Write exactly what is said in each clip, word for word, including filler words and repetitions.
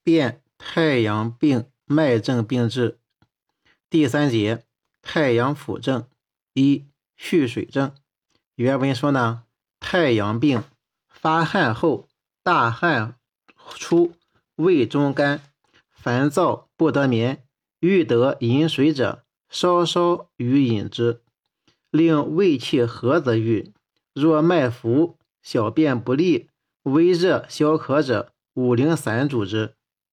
辨太阳病脉症病治。第三节，太阳腑症。一、蓄水症。原文说呢，太阳病发汗后大汗出，胃中干，烦躁不得眠，欲得饮水者，稍稍与饮之，令胃气和则愈。若脉浮，小便不利，微热消渴者，五苓散主之。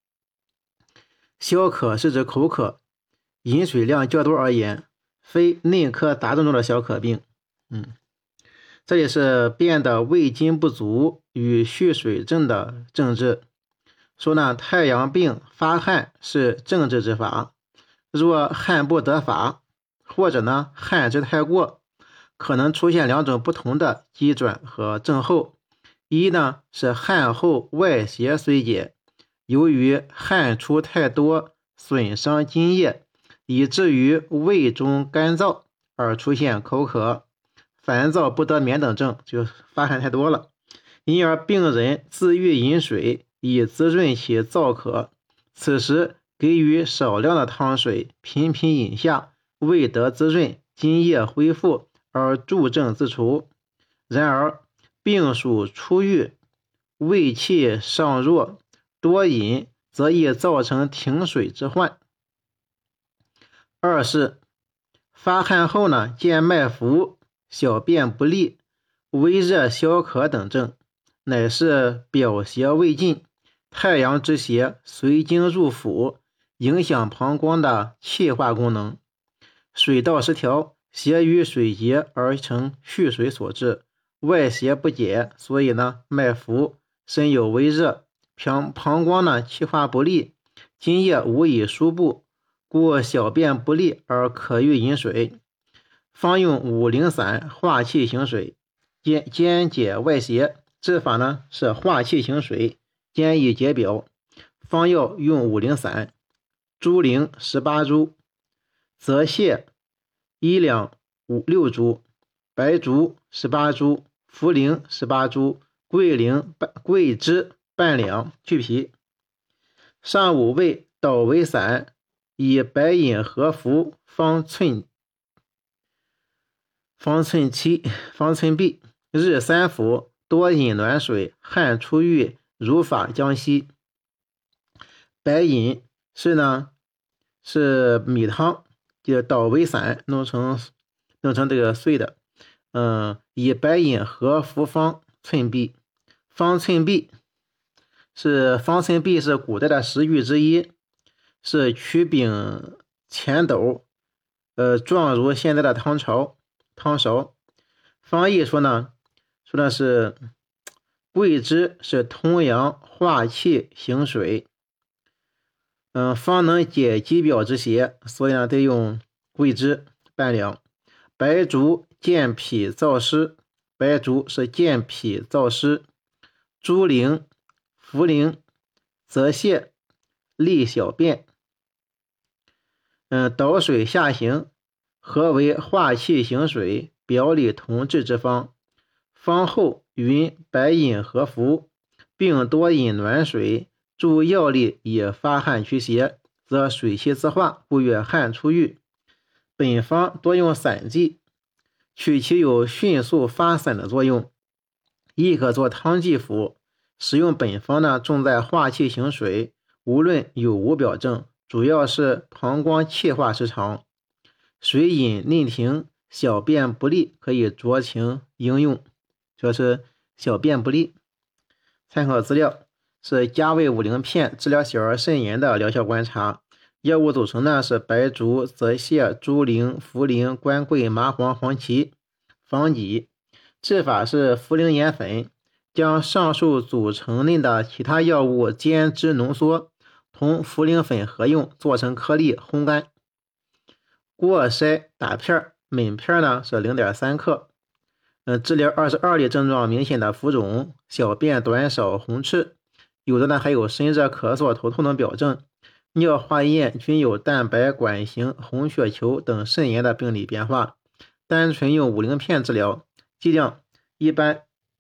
消渴是指口渴，饮水量较多而言，非内科杂症中的消渴病。嗯，这里是辨的胃津不足与蓄水症的症治。说呢，太阳病发汗是症治之法，若汗不得法，或者呢汗之太过，可能出现两种不同的机转和症候。一呢是汗后外邪衰竭，由于汗出太多，损伤津液，以至于胃中干燥而出现口渴、烦躁不得眠等症，就发汗太多了，因而病人自欲饮水以滋润其燥渴，此时给予少量的汤水，频频饮下，胃得滋润，津液恢复，而诸症自除。然而病属初愈，胃气尚弱，多饮则易造成停水之患。二是发汗后呢，见脉浮，小便不利，微热消渴等症，乃是表邪未尽，太阳之邪随经入腑，影响膀胱的气化功能，水道失调，邪与水结而成蓄水所致，外邪不解，所以呢脉浮，身有微热，膀膀胱呢气化不利，津液无以输布，故小便不利而渴欲饮水，方用五苓散化气行水，兼兼解外邪。治法呢是化气行水，兼以解表。方药用五苓散，猪苓十八株，泽泻一两五六株，白术十八株，茯苓十八株，桂苓桂枝半两，去皮。上午味捣为散，以白饮合服，方寸方寸七方寸匕，日三服，多饮暖水，汗出浴，如发将息。白饮是呢是米汤，就捣为散，弄成弄成这个碎的，嗯，以白饮合服方寸匕。方寸匕是方寸匕是古代的食御之一，是曲柄前斗，呃，状如现在的汤勺。汤勺。方义说呢，说的是桂枝是通阳化气行水，嗯，方能解肌表之邪，所以呢得用桂枝半两。白术健脾燥湿，白术是健脾燥湿。猪苓、茯苓、泽泻利小便。嗯，捣水下行，合为化气行水，表里同治之方。方后云白饮合服，并多饮暖水，助药力以发汗驱邪，则水气自化，故曰汗出浴。本方多用散剂，取其有迅速发散的作用，亦可做汤剂服。使用本方呢，重在化气行水，无论有无表症，主要是膀胱气化失常，水饮内停，小便不利，可以酌情应用。这是小便不利。参考资料是加味五苓片治疗小儿肾炎的疗效观察。药物组成呢是白术、泽泻、猪苓、茯苓、官桂、麻黄、黄芪。方剂治法是茯苓研粉，将上述组成内的其他药物煎汁浓缩，同茯苓粉合用，做成颗粒烘干，过筛打片，每片呢是 零点三克。呃，治疗二十二例症状明显的浮肿、小便短少、红赤，有的呢还有身热、咳嗽、头痛等表症，尿化验均有蛋白管型、红血球等肾炎的病理变化。单纯用五苓片治疗，剂量一般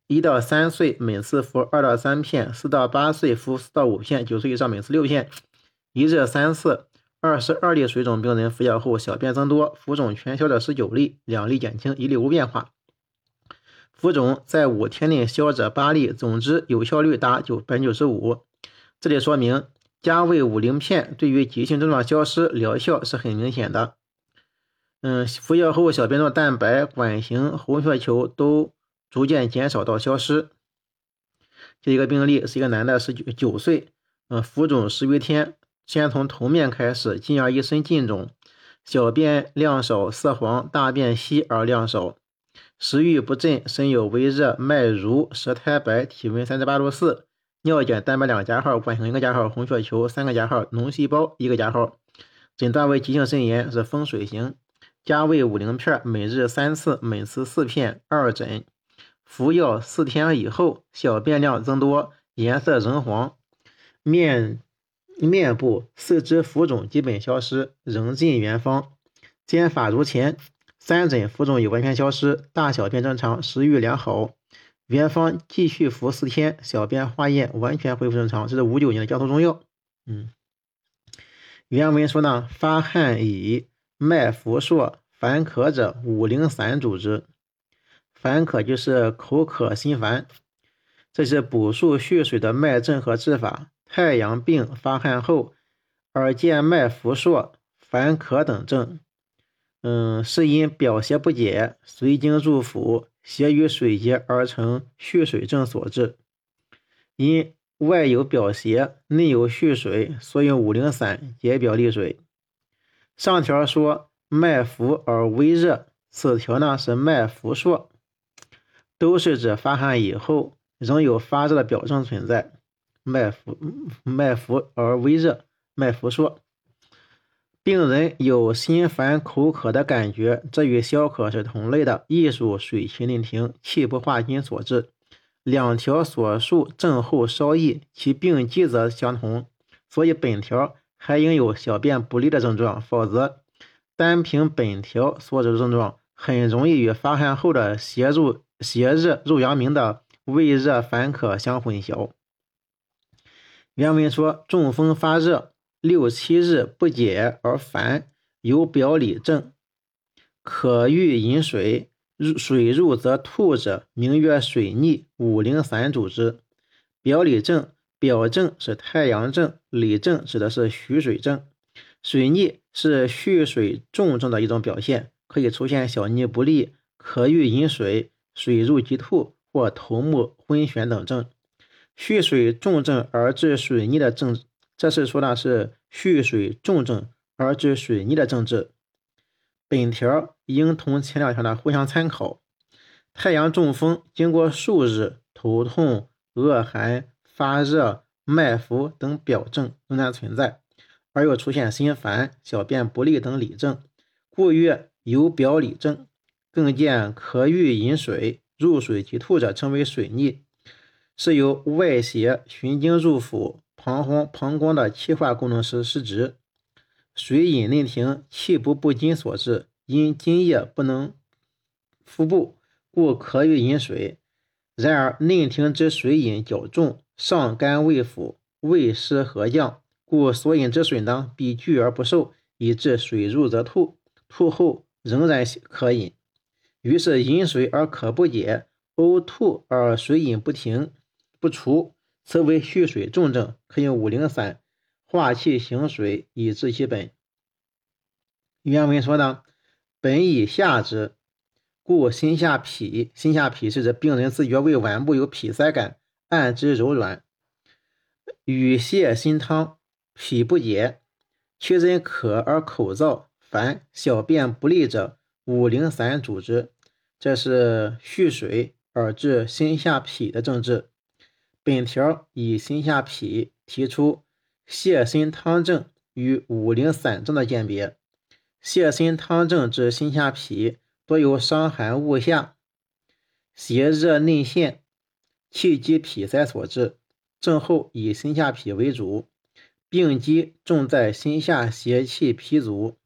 一到三岁每次服二到三片，四到八岁服四到五片，九岁以上每次六片，一日三次。二十二例水肿病人服药后小便增多，浮肿全消的十九例，两例减轻，一例无变化。浮肿在五天内消者八例，总之有效率达百分之九十五。这里说明加味五灵片对于急性症状消失疗效是很明显的。嗯，服药后小便中蛋白、管型、红血球都逐渐减少到消失。这一个病例是一个男的，十九岁，嗯，浮肿十余天，先从头面开始，进而一身浸肿，小便量少色黄，大便稀而量少，食欲不振，身有微热，脉如，舌苔白，体温三十八度四，尿检蛋白两个加号，管型一个加号，红血球三个加号，脓细胞一个加号，诊断为急性肾炎，是风水型。加味五灵片，每日三次，每次四片，二诊。服药四天以后，小便量增多，颜色仍黄，面面部、四肢浮肿基本消失，仍进原方。煎法如前，三诊浮肿已完全消失，大小便正常，食欲良好。原方继续服四天，小便化验完全恢复正常。这是五九年的江苏中药。嗯，原文说呢，发汗以脉浮数，烦渴者五灵散主之。烦渴就是口渴心烦，这是补数蓄水的脉症和治法。太阳病发汗后，而见脉浮数、烦渴等症，嗯，是因表邪不解，随经入腑，邪与水结而成蓄水症所致。因外有表邪，内有蓄水，所以五灵散解表利水。上条说脉浮而微热，此条呢是脉浮数，都是指发汗以后仍有发热的表症存在。脉浮脉浮而微热，脉浮数。病人有心烦口渴的感觉，这与消渴是同类的，亦属水气内停，气不化津所致。两条所述症后稍异，其病机则相同，所以本条还应有小便不利的症状，否则单凭本条所指的症状，很容易与发汗后的邪入邪热入阳明的胃热烦渴相混淆。原文说，中风发热，六七日不解而烦，有表里症，可欲饮水，水入则吐者，名曰水逆，五灵散主之。表里症，表症是太阳症，里症指的是虚水症。水逆是蓄水重症的一种表现，可以出现小逆不利、可欲饮水、水入即吐或头目昏眩等症。蓄水重症而致水逆的症，这是说的是蓄水重症而致水逆的症治。本条应同前两条的互相参考。太阳中风经过数日，头痛、恶寒、发热、脉浮等表症仍然存在，而又出现心烦、小便不利等里症，故曰有表里症。更见可欲饮水、入水即吐者称为水逆，是由外邪循经入腑，膀胱膀胱的气化功能失失职，水饮内停，气不布津所致。因津液不能腹部，故可欲饮水。然而内停之水饮较重，上干胃腑，胃湿合降，故所饮之水呢必聚而不受，以致水入则吐，吐后仍然可饮。于是饮水而渴不解，呕吐而水饮不停不除，此为蓄水重症，可用五灵散化气行水以治其本。原文说呢，本以下之，故心下痞。心下痞是指病人自觉胃脘部有痞塞感，按之柔软，与泻心汤，痞不解，其人渴而口燥烦，小便不利者，五灵散主之。这是蓄水而致心下痞的症治。本条以心下痞提出泻心汤症与五灵散症的鉴别。泻心汤症之心下痞多由伤寒恶下、邪热内陷、气机痞塞所致，症后以心下痞为主，病机重在心下邪气痞足。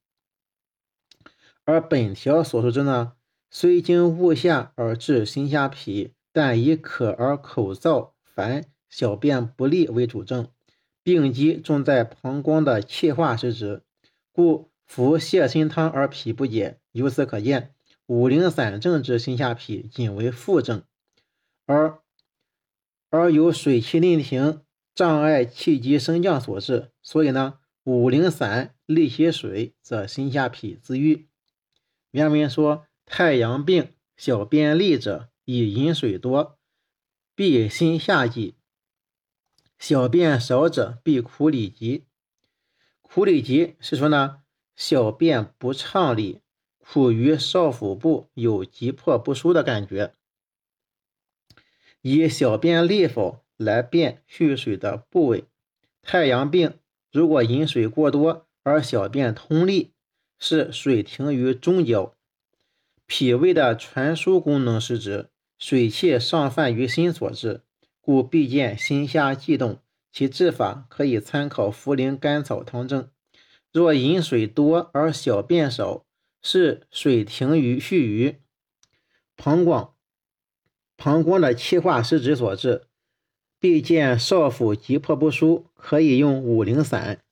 而本条所述之呢，虽经恶下而致心下痞， 但以渴而口燥、烦、小便不利为主症。病机重在膀胱的气化失职，故服泻心汤而脾不解。由此可见，五苓散症之心下痞仅为副症，而而由水气逆行障碍气机升降所致。所以呢，五苓散利其水，则心下痞自愈。原文说：太阳病，小便利者，以饮水多，必心下悸；小便少者，必苦里急。苦里急是说呢，小便不畅利，苦于少腹部有急迫不舒的感觉。以小便利否来辨蓄水的部位。太阳病如果饮水过多而小便通利，是水停于中焦，脾胃的传输功能失职，水气上泛于心所致，故必见心下悸动。其治法可以参考茯苓甘草汤证。若饮水多而小便少，是水停于蓄于膀胱膀胱的气化失职所致，必见少腹急迫不舒，可以用五苓散。